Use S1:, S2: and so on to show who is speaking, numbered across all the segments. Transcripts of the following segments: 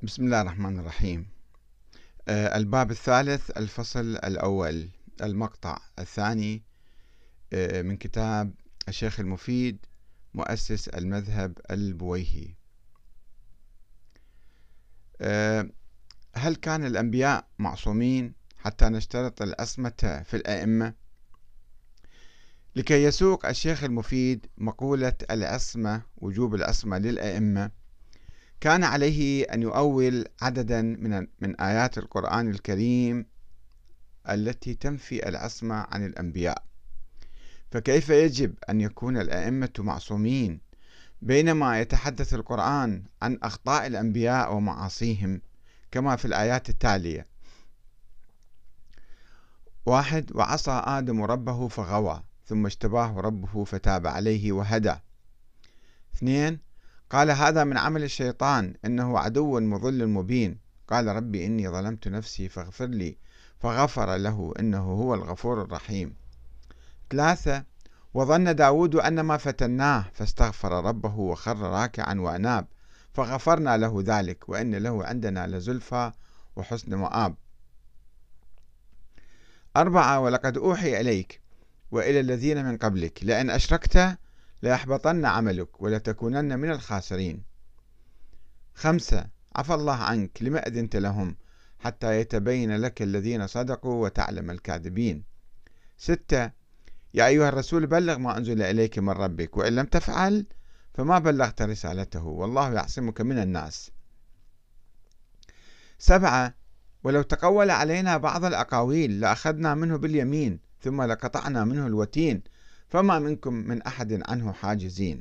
S1: بسم الله الرحمن الرحيم. الباب الثالث، الفصل الأول، المقطع الثاني من كتاب الشيخ المفيد مؤسس المذهب البويهي. هل كان الأنبياء معصومين حتى نشترط العصمة في الأئمة؟ لكي يسوق الشيخ المفيد مقولة العصمة، وجوب العصمة للأئمة، كان عليه أن يؤول عددا من آيات القرآن الكريم التي تنفي العصمة عن الأنبياء. فكيف يجب أن يكون الأئمة معصومين بينما يتحدث القرآن عن أخطاء الأنبياء ومعاصيهم كما في الآيات التالية: 1. وعصى آدم ربه فغوى ثم اجتباه ربه فتاب عليه وهدى. 2. قال هذا من عمل الشيطان إنه عدو مضل مبين، قال ربي إني ظلمت نفسي فاغفر لي فغفر له إنه هو الغفور الرحيم. 3. وظن داود أن ما فتناه فاستغفر ربه وخر راكعا وأناب فغفرنا له ذلك وإن له عندنا لزلفى وحسن مآب. 4. ولقد أوحي إليك وإلى الذين من قبلك لئن أشركت ليحبطن عملك ولتكونن من الخاسرين. 5. عفى الله عنك لما أذنت لهم حتى يتبين لك الذين صدقوا وتعلم الكاذبين. 6. يا أيها الرسول بلغ ما أنزل إليك من ربك وإن لم تفعل فما بلغت رسالته والله يعصمك من الناس. 7. ولو تقول علينا بعض الأقاويل لأخذنا منه باليمين ثم لقطعنا منه الوتين فما منكم من أحد عنه حاجزين.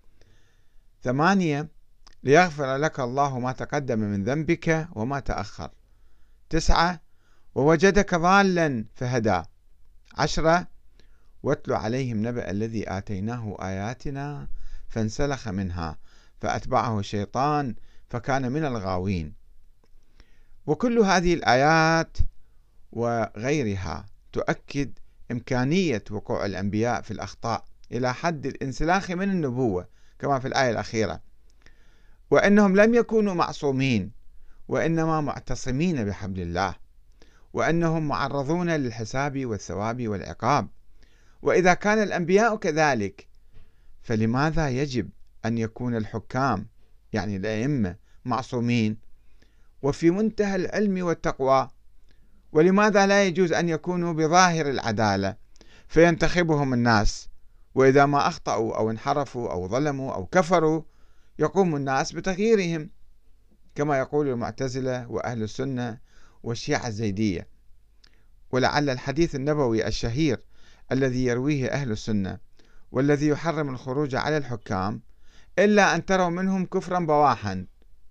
S1: 8. ليغفر لك الله ما تقدم من ذنبك وما تأخر. 9. ووجدك ضالا فهدى. 10. واتل عليهم نبأ الذي آتيناه آياتنا فانسلخ منها فأتبعه الشيطان فكان من الغاوين. وكل هذه الآيات وغيرها تؤكد إمكانية وقوع الأنبياء في الأخطاء إلى حد الانسلاخ من النبوة كما في الآية الأخيرة، وأنهم لم يكونوا معصومين وإنما معتصمين بحبل الله، وأنهم معرضون للحساب والثواب والعقاب. وإذا كان الأنبياء كذلك فلماذا يجب أن يكون الحكام يعني الأئمة معصومين وفي منتهى العلم والتقوى؟ ولماذا لا يجوز أن يكونوا بظاهر العدالة فينتخبهم الناس، وإذا ما أخطأوا أو انحرفوا أو ظلموا أو كفروا يقوم الناس بتغييرهم كما يقول المعتزلة وأهل السنة والشيعة الزيدية؟ ولعل الحديث النبوي الشهير الذي يرويه أهل السنة والذي يحرم الخروج على الحكام إلا أن تروا منهم كفرا بواحا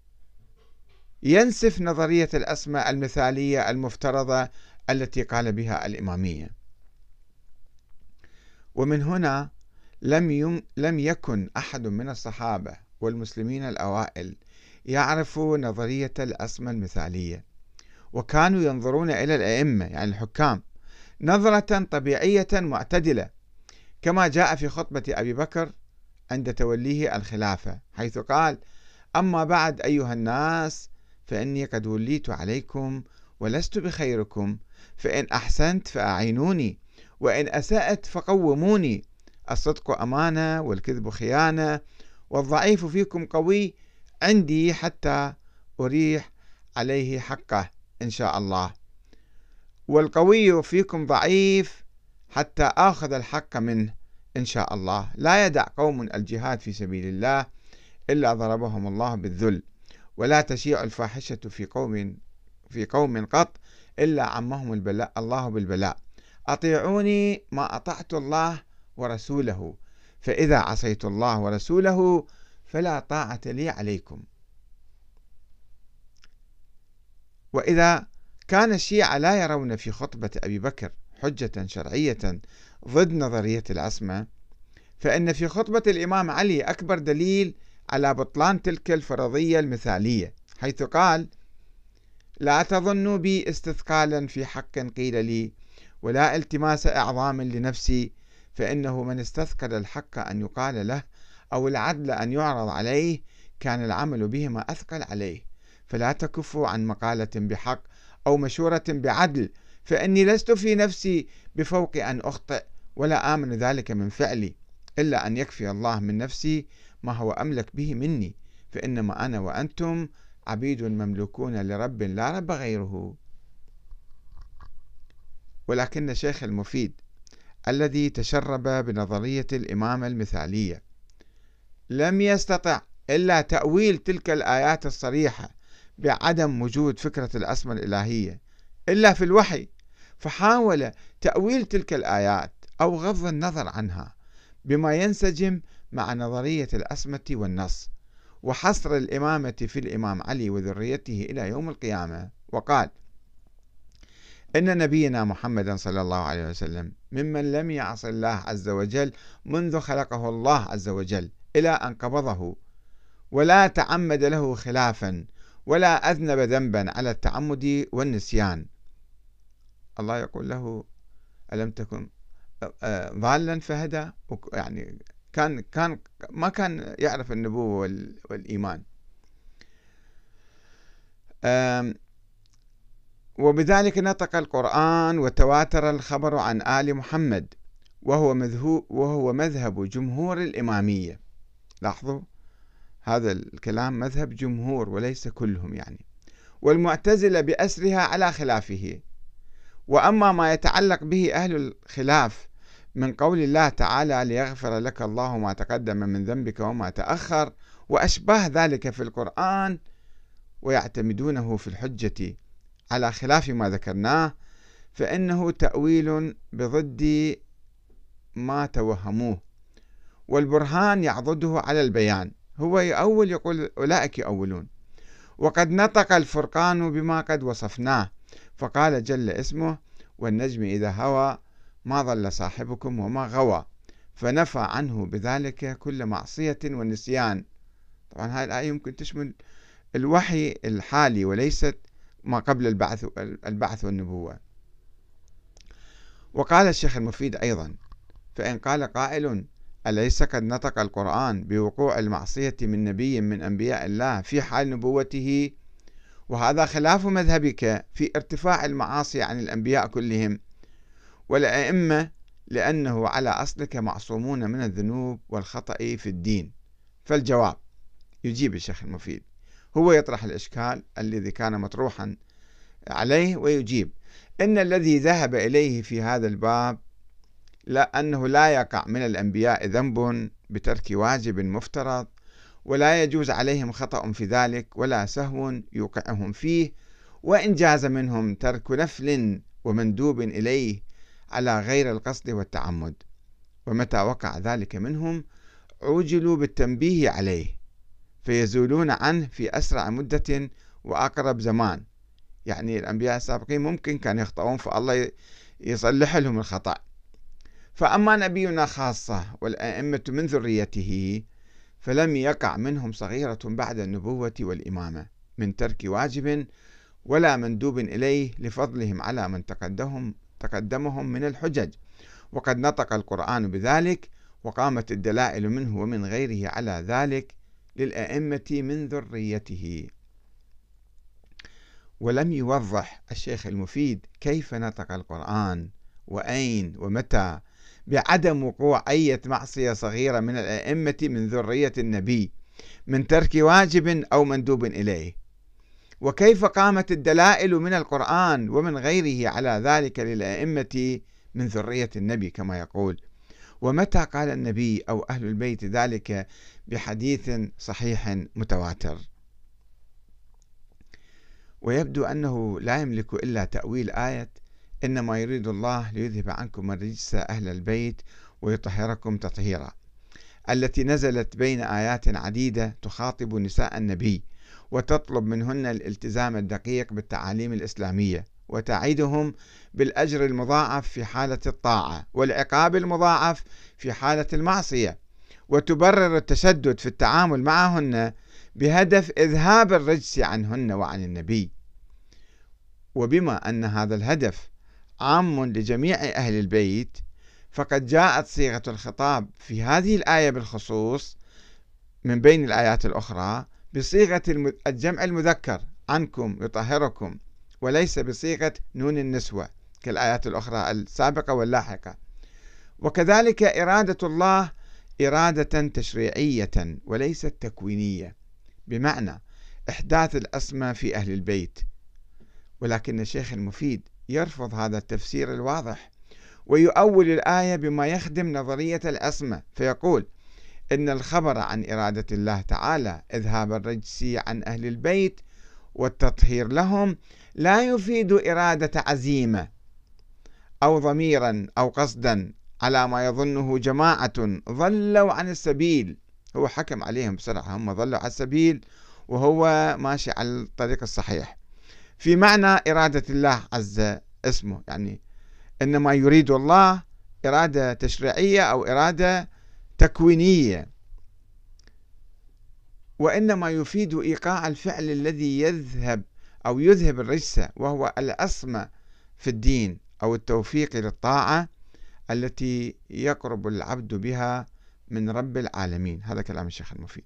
S1: ينسف نظرية العصمة المثالية المفترضة التي قال بها الإمامية. ومن هنا لم يكن أحد من الصحابة والمسلمين الأوائل يعرفوا نظرية العصمة المثالية، وكانوا ينظرون إلى الأئمة يعني الحكام نظرة طبيعية معتدلة، كما جاء في خطبة أبي بكر عند توليه الخلافة حيث قال: أما بعد أيها الناس فإني قد وليت عليكم ولست بخيركم، فإن أحسنت فأعينوني وإن أسأت فقوموني، الصدق أمانة والكذب خيانة والضعيف فيكم قوي عندي حتى أريح عليه حقه إن شاء الله، والقوي فيكم ضعيف حتى آخذ الحق منه إن شاء الله. لا يدع قوم الجهاد في سبيل الله إلا ضربهم الله بالذل، ولا تشيع الفاحشة في قوم قط إلا عمهم الله بالبلاء. أطيعوني ما أطعت الله ورسوله، فإذا عصيت الله ورسوله فلا طاعة لي عليكم. وإذا كان الشيعة لا يرون في خطبة أبي بكر حجة شرعية ضد نظرية العصمة، فإن في خطبة الإمام علي أكبر دليل على بطلان تلك الفرضية المثالية، حيث قال: لا تظنوا بي استثقالا في حق قيل لي ولا التماس إعظام لنفسي، فإنه من استثقل الحق أن يقال له أو العدل أن يعرض عليه كان العمل بهما أثقل عليه، فلا تكفوا عن مقالة بحق أو مشورة بعدل، فإني لست في نفسي بفوق أن أخطئ، ولا آمن ذلك من فعلي، إلا أن يكفي الله من نفسي ما هو أملك به مني، فإنما أنا وأنتم عبيد مملوكون لرب لا رب غيره. ولكن الشيخ المفيد الذي تشرب بنظرية الإمامة المثالية لم يستطع إلا تأويل تلك الآيات الصريحة بعدم وجود فكرة العصمة الإلهية إلا في الوحي، فحاول تأويل تلك الآيات أو غض النظر عنها بما ينسجم مع نظرية العصمة والنص، وحصر الإمامة في الإمام علي وذريته إلى يوم القيامة، وقال إن نبينا محمدا صلى الله عليه وسلم ممن لم يعص الله عز وجل منذ خلقه الله عز وجل إلى أن قبضه، ولا تعمد له خلافا، ولا أذنب ذنبا على التعمد والنسيان. الله يقول له ألم تكن ضالا فهدى، يعني كان ما كان يعرف النبوة والإيمان. وبذلك نطق القرآن وتواتر الخبر عن آل محمد، وهو مذهب جمهور الإمامية. لاحظوا هذا الكلام مذهب جمهور وليس كلهم يعني، والمعتزلة بأسرها على خلافه. وأما ما يتعلق به أهل الخلاف من قول الله تعالى ليغفر لك الله ما تقدم من ذنبك وما تأخر وأشباه ذلك في القرآن، ويعتمدونه في الحجة على خلاف ما ذكرناه، فإنه تأويل بضد ما توهموه، والبرهان يعضده على البيان. هو يؤول يقول أولئك يؤولون. وقد نطق الفرقان بما قد وصفناه، فقال جل اسمه والنجم إذا هوى ما ضل صاحبكم وما غوى، فنفى عنه بذلك كل معصية ونسيان. طبعا هذه الآية يمكن تشمل الوحي الحالي وليست ما قبل البعث والنبوة. وقال الشيخ المفيد أيضا فإن قال قائل أليس قد نطق القرآن بوقوع المعصية من نبي من أنبياء الله في حال نبوته، وهذا خلاف مذهبك في ارتفاع المعاصي عن الأنبياء كلهم والأئمة، لأنه على أصلك معصومون من الذنوب والخطأ في الدين. فالجواب يجيب الشيخ المفيد، هو يطرح الإشكال الذي كان مطروحا عليه ويجيب إن الذي ذهب إليه في هذا الباب أنه لا يقع من الأنبياء ذنب بترك واجب مفترض، ولا يجوز عليهم خطأ في ذلك ولا سهو يوقعهم فيه، وإن جاز منهم ترك نفل ومندوب إليه على غير القصد والتعمد، ومتى وقع ذلك منهم عوجلوا بالتنبيه عليه فيزولون عنه في أسرع مدة وأقرب زمان. يعني الأنبياء السابقين ممكن كانوا يخطئون فالله يصلح لهم الخطأ، فأما نبينا خاصة والأئمة من ذريته فلم يقع منهم صغيرة بعد النبوة والإمامة من ترك واجب ولا مندوب إليه لفضلهم على من تقدمهم من الحجج، وقد نطق القرآن بذلك وقامت الدلائل منه ومن غيره على ذلك للأئمة من ذريته. ولم يوضح الشيخ المفيد كيف نطق القرآن وأين ومتى بعدم وقوع أي معصية صغيرة من الأئمة من ذرية النبي من ترك واجب أو مندوب إليه، وكيف قامت الدلائل من القرآن ومن غيره على ذلك للأئمة من ذرية النبي كما يقول، ومتى قال النبي أو أهل البيت ذلك بحديث صحيح متواتر. ويبدو أنه لا يملك إلا تأويل آية إنما يريد الله ليذهب عنكم الرجس أهل البيت ويطهركم تطهيرا، التي نزلت بين آيات عديدة تخاطب نساء النبي وتطلب منهن الالتزام الدقيق بالتعاليم الإسلامية، وتعيدهم بالأجر المضاعف في حالة الطاعة والعقاب المضاعف في حالة المعصية، وتبرر التشدد في التعامل معهن بهدف إذهاب الرجس عنهن وعن النبي. وبما أن هذا الهدف عام لجميع أهل البيت، فقد جاءت صيغة الخطاب في هذه الآية بالخصوص من بين الآيات الأخرى بصيغة الجمع المذكر، عنكم يطهركم، وليس بصيغة نون النسوة كالآيات الأخرى السابقة واللاحقة. وكذلك إرادة الله إرادة تشريعية وليست تكوينية، بمعنى إحداث العصمة في أهل البيت. ولكن الشيخ المفيد يرفض هذا التفسير الواضح، ويؤول الآية بما يخدم نظرية العصمة، فيقول إن الخبر عن إرادة الله تعالى إذهاب الرجس عن أهل البيت والتطهير لهم لا يفيد إرادة عزيمة أو ضميرا أو قصدا على ما يظنه جماعة ضلوا عن السبيل. هو حكم عليهم بصراحة، هم ضلوا عن السبيل وهو ماشي على الطريق الصحيح، في معنى إرادة الله عز اسمه، يعني إنما يريد الله إرادة تشريعية أو إرادة تكوينية، وإنما يفيد إيقاع الفعل الذي يذهب الرجس، وهو العصمة في الدين أو التوفيق للطاعة التي يقرب العبد بها من رب العالمين. هذا كلام الشيخ المفيد.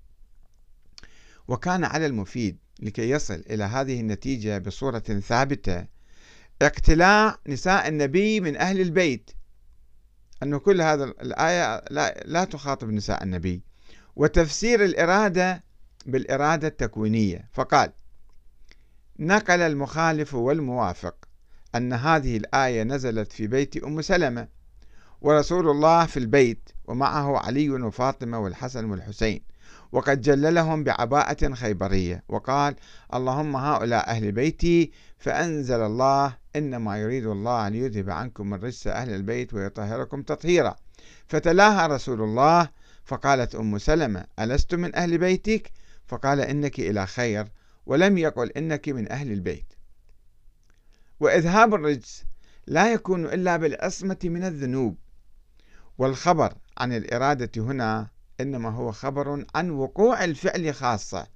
S1: وكان على المفيد لكي يصل إلى هذه النتيجة بصورة ثابتة اقتلاع نساء النبي من أهل البيت، أنه كل هذا الآية لا تخاطب نساء النبي، وتفسير الإرادة بالإرادة التكوينية. فقال: نقل المخالف والموافق أن هذه الآية نزلت في بيت أم سلمة ورسول الله في البيت ومعه علي وفاطمة والحسن والحسين، وقد جللهم بعباءة خيبرية، وقال: اللهم هؤلاء أهل بيتي، فأنزل الله: إنما يريد الله ليذهب عنكم الرجس أهل البيت ويطهركم تطهيرا. فتلاها رسول الله، فقالت أم سلمة: ألست من أهل بيتك؟ فقال: إنك إلى خير، ولم يقل إنك من أهل البيت. وإذهاب الرجس لا يكون إلا بالعصمة من الذنوب، والخبر عن الإرادة هنا إنما هو خبر عن وقوع الفعل خاصة.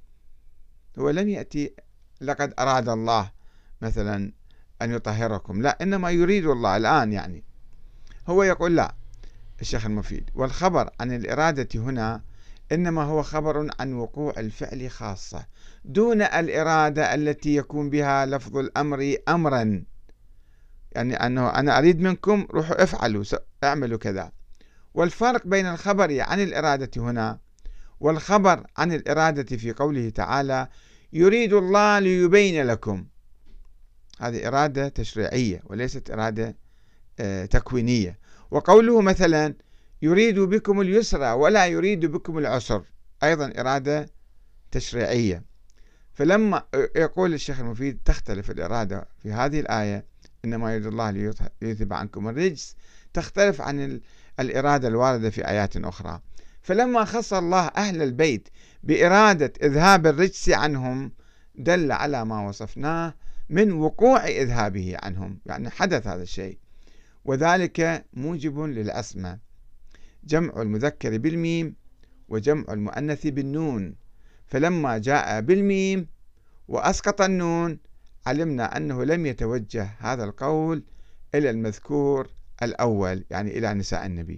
S1: هو لم يأتي لقد أراد الله مثلا أن يطهركم، لا، إنما يريد الله الآن. يعني هو يقول لا الشيخ المفيد، والخبر عن الإرادة هنا إنما هو خبر عن وقوع الفعل خاصة، دون الإرادة التي يكون بها لفظ الأمر أمرا، يعني أنه أنا أريد منكم روحوا افعلوا اعملوا كذا. والفرق بين الخبر عن الإرادة هنا والخبر عن الإرادة في قوله تعالى: يريد الله ليبين لكم، هذه إرادة تشريعية وليست إرادة تكوينية. وقوله مثلا: يريد بكم اليسر ولا يريد بكم العسر، أيضا إرادة تشريعية. فلما يقول الشيخ المفيد تختلف الإرادة في هذه الآية، إنما يريد الله ليذهب عنكم الرجس، تختلف عن الإرادة الواردة في آيات أخرى. فلما خص الله أهل البيت بإرادة إذهاب الرجس عنهم دل على ما وصفناه من وقوع إذهابه عنهم، يعني حدث هذا الشيء، وذلك موجب للعصمة. جمع المذكر بالميم وجمع المؤنث بالنون، فلما جاء بالميم وأسقط النون علمنا أنه لم يتوجه هذا القول إلى المذكور الأول، يعني إلى نساء النبي.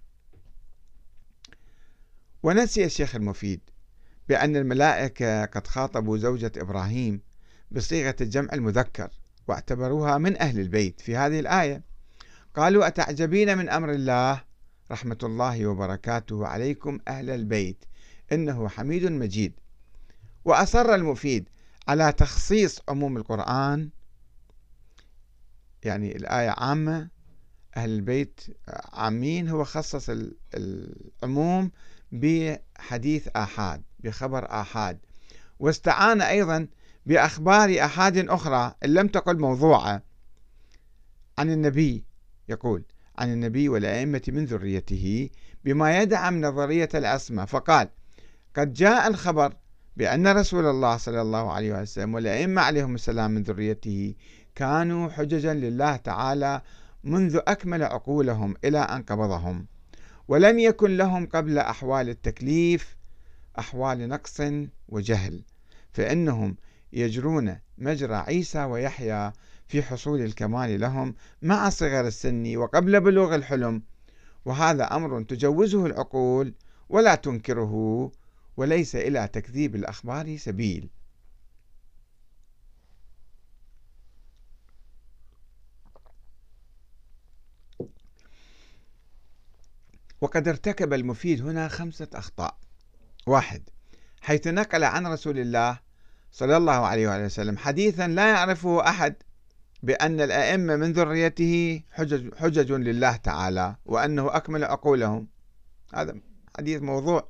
S1: ونسي الشيخ المفيد بأن الملائكة قد خاطبوا زوجة إبراهيم بصيغة الجمع المذكر واعتبروها من أهل البيت في هذه الآية. قالوا: أتعجبين من أمر الله، رحمة الله وبركاته عليكم أهل البيت، إنه حميد مجيد. وأصر المفيد على تخصيص عموم القرآن، يعني الآية عامة، أهل البيت عامين، هو خصص العموم بحديث آحاد، بخبر آحاد، واستعان أيضا بأخبار آحاد أخرى إن لم تقل موضوعة عن النبي، يقول: عن النبي والأئمة من ذريته، بما يدعم نظرية العصمة. فقال: قد جاء الخبر بأن رسول الله صلى الله عليه وسلم والأئمة عليهم السلام من ذريته كانوا حججا لله تعالى منذ أكمل عقولهم إلى أن قبضهم، ولم يكن لهم قبل أحوال التكليف أحوال نقص وجهل، فإنهم يجرون مجرى عيسى ويحيى في حصول الكمال لهم مع صغر السن وقبل بلوغ الحلم، وهذا أمر تجوزه العقول ولا تنكره، وليس إلى تكذيب الأخبار سبيل. وقد ارتكب المفيد هنا 5 أخطاء. 1. حيث نقل عن رسول الله صلى الله عليه وآله وسلم حديثا لا يعرفه أحد بأن الأئمة من ذريته حجج لله تعالى وأنه أكمل عقولهم. هذا حديث موضوع.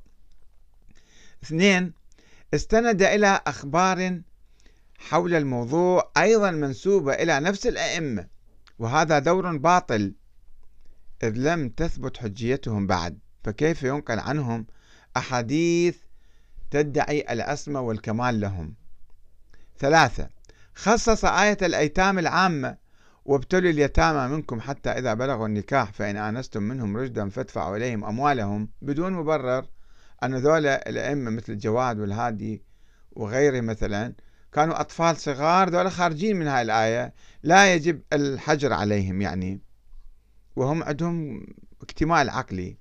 S1: 2. استند إلى أخبار حول الموضوع أيضا منسوبة إلى نفس الأئمة، وهذا دور باطل إذ لم تثبت حجيتهم بعد، فكيف ينقل عنهم أحاديث تدعي العصمة والكمال لهم. 3. خصص آية الأيتام العامة وابتلوا اليتامى منكم حتى إذا بلغوا النكاح فإن آنستم منهم رشدا فادفعوا إليهم أموالهم، بدون مبرر أن ذولا الأئمة مثل الجواد والهادي وغيره مثلا كانوا أطفال صغار، ذولا خارجين من هاي الآية، لا يجب الحجر عليهم يعني، وهم عندهم اكتمال عقلي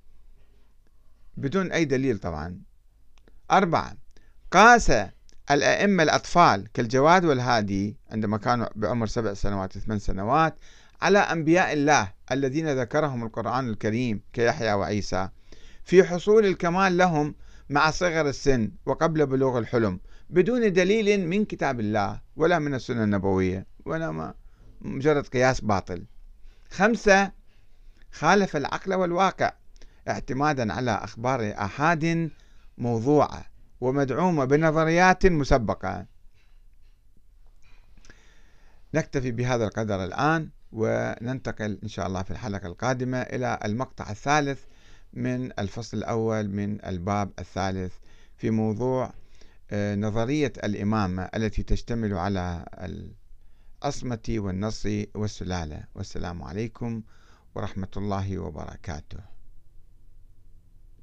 S1: بدون أي دليل طبعا. 4. قاس الأئمة الأطفال كالجواد والهادي عندما كانوا بعمر 7 سنوات و8 سنوات على أنبياء الله الذين ذكرهم القرآن الكريم كيحيى وعيسى في حصول الكمال لهم مع صغر السن وقبل بلوغ الحلم، بدون دليل من كتاب الله ولا من السنة النبوية، ولا مجرد قياس باطل. 5. خالف العقل والواقع اعتمادا على أخبار آحاد موضوعة ومدعومة بنظريات مسبقة. نكتفي بهذا القدر الآن، وننتقل إن شاء الله في الحلقة القادمة إلى المقطع الثالث من الفصل الأول من الباب الثالث في موضوع نظرية الإمامة التي تشتمل على العصمة والنص والسلالة. والسلام عليكم ورحمة الله وبركاته.